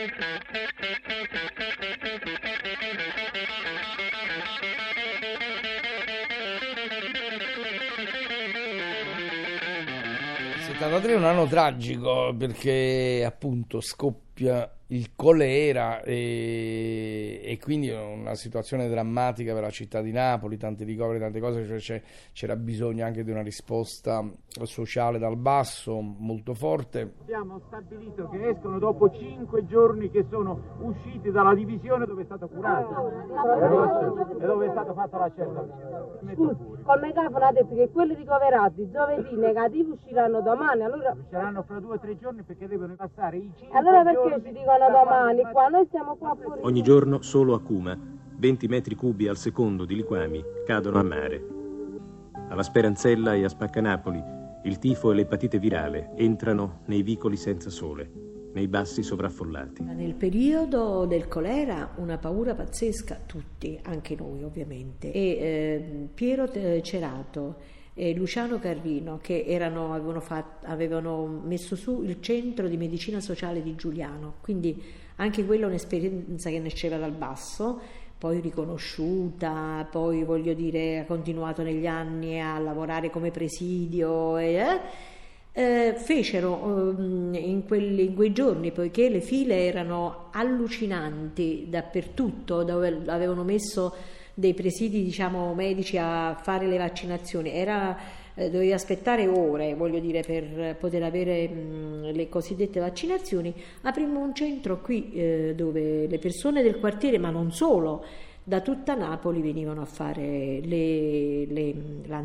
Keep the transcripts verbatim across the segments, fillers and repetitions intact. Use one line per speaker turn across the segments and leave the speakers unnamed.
settantatré è un anno tragico perché appunto scoppia il colera e, e quindi è una situazione drammatica per la città di Napoli, tanti ricoveri, tante cose, cioè c'è, c'era bisogno anche di una risposta sociale dal basso molto forte.
Abbiamo stabilito che escono dopo cinque giorni che sono usciti dalla divisione dove è stato curato e dove è stato fatto l'accertamento.
Scusi, col megafono ha detto che quelli ricoverati giovedì negativi usciranno domani, allora
usciranno fra due o tre giorni perché devono passare i cinque
allora perché
giorni
ci dicono domani qua? Noi siamo qua fuori.
Ogni giorno solo a Cuma venti metri cubi al secondo di liquami cadono a mare. Alla Speranzella e a Spaccanapoli il tifo e l'epatite virale entrano nei vicoli senza sole, nei bassi sovraffollati.
Nel periodo del colera una paura pazzesca, tutti, anche noi ovviamente. E eh, Piero Cerato e Luciano Carrino, che erano, avevano, fatto, avevano messo su il centro di medicina sociale di Giuliano, quindi anche quella è un'esperienza che nasceva dal basso, poi riconosciuta, poi voglio dire ha continuato negli anni a lavorare come presidio e eh, eh, fecero eh, in, quelli, in quei giorni, poiché le file erano allucinanti dappertutto, dove avevano messo dei presidi, diciamo, medici a fare le vaccinazioni, era eh, dovevi aspettare ore, voglio dire, per poter avere mh, le cosiddette vaccinazioni. Aprimmo un centro qui eh, dove le persone del quartiere, ma non solo, da tutta Napoli venivano a fare le, le,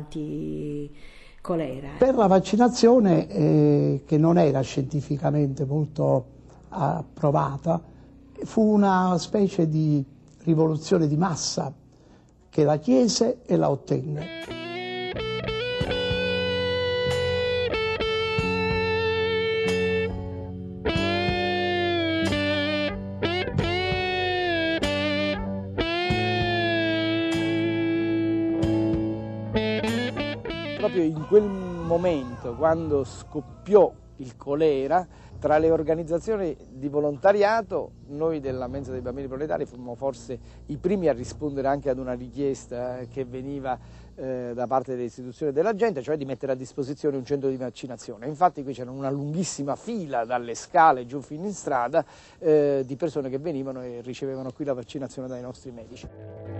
l'anticolera.
Per la vaccinazione, eh, che non era scientificamente molto approvata, fu una specie di rivoluzione di massa che la chiese e la ottenne.
Proprio in quel momento, quando scoppiò il colera, tra le organizzazioni di volontariato, noi della Mensa dei Bambini Proletari fummo forse i primi a rispondere anche ad una richiesta che veniva eh, da parte delle istituzioni della gente, cioè di mettere a disposizione un centro di vaccinazione. Infatti qui c'era una lunghissima fila dalle scale giù fino in strada eh, di persone che venivano e ricevevano qui la vaccinazione dai nostri medici.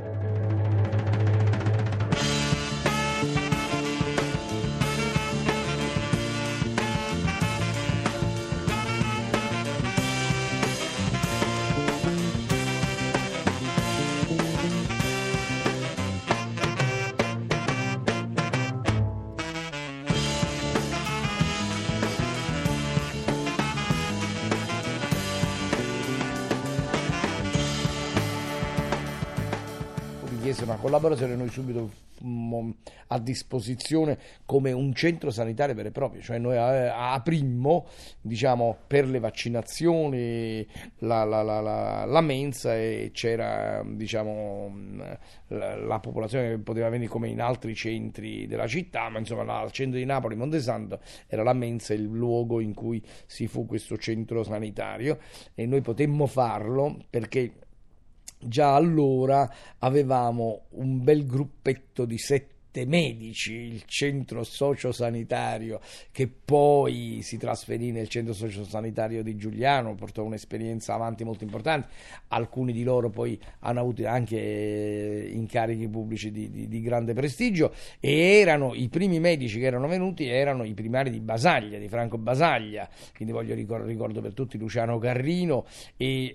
Una collaborazione, noi subito fummo a disposizione come un centro sanitario vero e proprio, cioè noi aprimmo, diciamo, per le vaccinazioni la, la, la, la, la mensa e c'era, diciamo, la, la popolazione che poteva venire come in altri centri della città, ma insomma al centro di Napoli, Montesanto, era la mensa il luogo in cui si fu questo centro sanitario e noi potemmo farlo perché già allora avevamo un bel gruppetto di sette medici, il centro sociosanitario che poi si trasferì nel centro sociosanitario di Giuliano, portò un'esperienza avanti molto importante, alcuni di loro poi hanno avuto anche incarichi pubblici di, di, di grande prestigio e erano i primi medici che erano venuti, erano i primari di Basaglia, di Franco Basaglia, quindi voglio ricordo, ricordo per tutti Luciano Carrino e,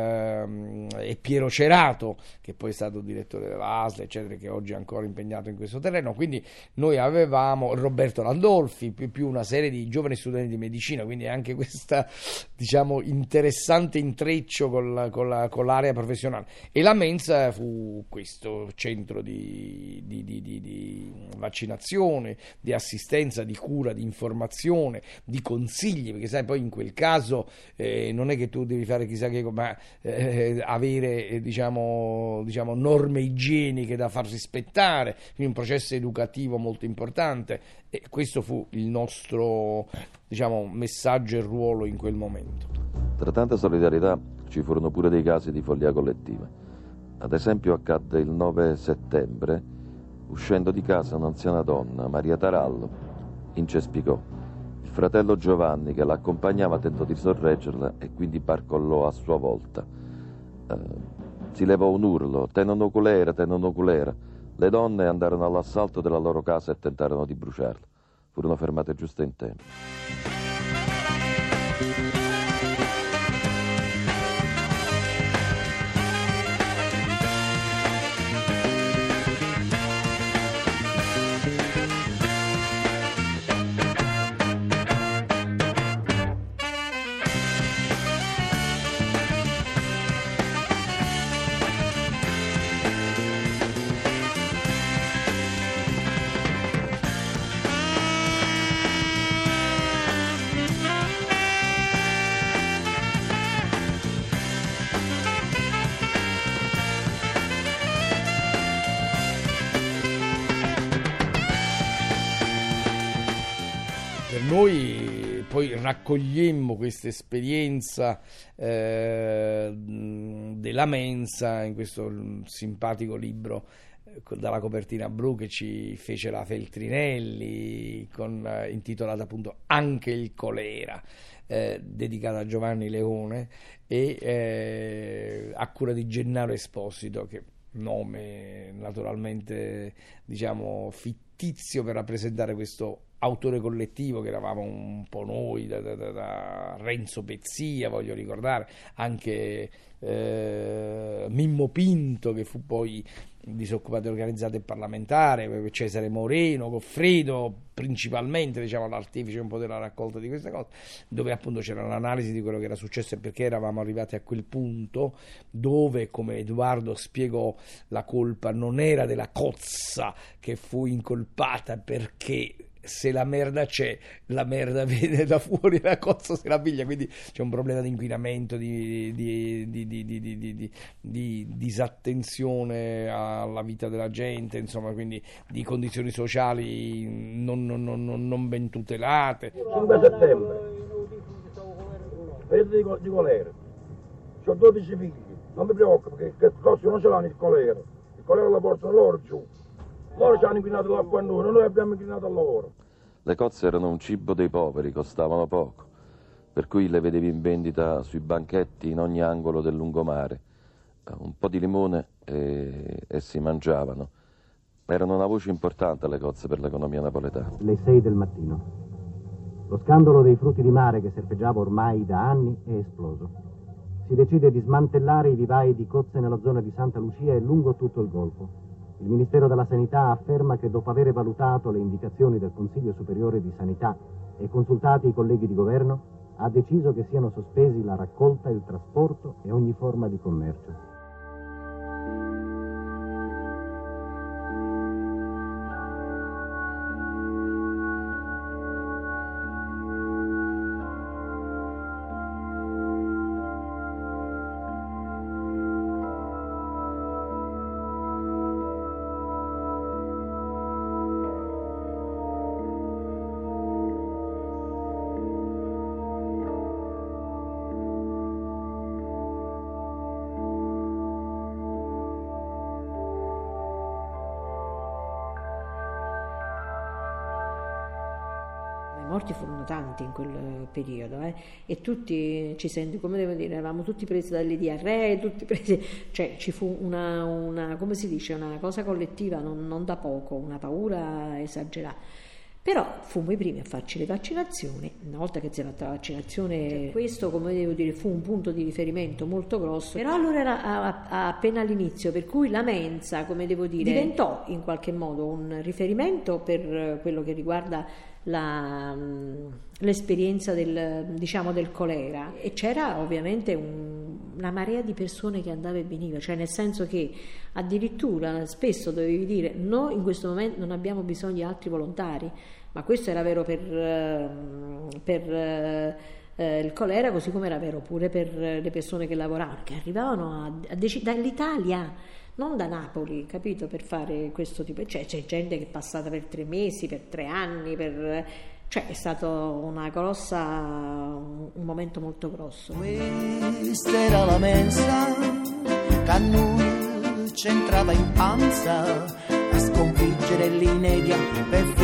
ehm, e Piero Cerato, che poi è stato direttore della A S L, eccetera, che oggi è ancora impegnato in questo terreno. Quindi noi avevamo Roberto Landolfi più, più una serie di giovani studenti di medicina, quindi anche questa, diciamo, interessante intreccio con, la, con, la, con l'area professionale. E la mensa fu questo centro di, di, di, di, di vaccinazione, di assistenza, di cura, di informazione, di consigli, perché sai poi in quel caso eh, non è che tu devi fare chissà che, ma eh, avere eh, diciamo, diciamo norme igieniche da far rispettare, quindi un processo processo educativo molto importante, e questo fu il nostro, diciamo, messaggio e ruolo in quel momento.
Tra tanta solidarietà ci furono pure dei casi di follia collettiva. Ad esempio accadde il nove settembre, uscendo di casa un'anziana donna, Maria Tarallo, incespicò. Il fratello Giovanni, che l'accompagnava, tentò di sorreggerla e quindi barcollò a sua volta. Eh, si levò un urlo: te non oculera, te non oculera. Le donne andarono all'assalto della loro casa e tentarono di bruciarla. Furono fermate giusto in tempo.
Noi poi raccogliemmo questa esperienza eh, della mensa in questo simpatico libro eh, dalla copertina blu che ci fece la Feltrinelli, con, eh, intitolata appunto Anche il colera, eh, dedicata a Giovanni Leone, e eh, a cura di Gennaro Esposito, che nome naturalmente, diciamo, fittizio per rappresentare questo autore collettivo che eravamo un po' noi, da, da, da Renzo Pezzia, voglio ricordare, anche eh, Mimmo Pinto, che fu poi disoccupato organizzato e parlamentare, Cesare Moreno, Goffredo principalmente, diciamo, l'artefice un po' della raccolta di queste cose, dove appunto c'era l'analisi di quello che era successo e perché eravamo arrivati a quel punto, dove, come Edoardo spiegò, la colpa non era della cozza che fu incolpata, perché se la merda c'è, la merda viene da fuori, la cozza se la piglia, quindi c'è un problema di inquinamento, di, di, di, di, di, di, di, di disattenzione alla vita della gente, insomma, quindi di condizioni sociali non, non, non, non ben tutelate.
cinque settembre, periodo di, di colera, ho dodici figli, non mi preoccupo che, che cose non ce l'hanno il colera, il colera lo portano loro giù. Loro ci hanno inquinato l'acqua a noi, noi abbiamo inquinato a loro.
Le cozze erano un cibo dei poveri, costavano poco, per cui le vedevi in vendita sui banchetti in ogni angolo del lungomare. Un po' di limone e, e si mangiavano. Erano una voce importante le cozze per l'economia napoletana.
Le sei del mattino. Lo scandalo dei frutti di mare che serpeggiava ormai da anni è esploso. Si decide di smantellare i vivai di cozze nella zona di Santa Lucia e lungo tutto il Golfo. Il Ministero della Sanità afferma che dopo aver valutato le indicazioni del Consiglio Superiore di Sanità e consultati i colleghi di governo, ha deciso che siano sospesi la raccolta, il trasporto e ogni forma di commercio.
I morti furono tanti in quel periodo, eh? E tutti ci senti, come devo dire, eravamo tutti presi dalle diarree, tutti presi, cioè ci fu una, una come si dice, una cosa collettiva non, non da poco, una paura esagerata. Però fummo i primi a farci le vaccinazioni. Una volta che si è fatta la vaccinazione, questo, come devo dire, fu un punto di riferimento molto grosso. Però allora era a, a, appena all'inizio, per cui la mensa, come devo dire, diventò in qualche modo un riferimento per quello che riguarda la, l'esperienza del, diciamo, del colera, e c'era ovviamente un, una marea di persone che andava e veniva, cioè nel senso che addirittura spesso dovevi dire: noi in questo momento non abbiamo bisogno di altri volontari, ma questo era vero per, per eh, il colera, così come era vero pure per le persone che lavoravano, che arrivavano a, a dec- dall'Italia, non da Napoli, capito, per fare questo tipo. Cioè, c'è gente che è passata per tre mesi, per tre anni, per... cioè è stato una grossa, un momento molto grosso.
Questa era la mensa che a noi c'entrava in panza a sconfiggere l'inedia per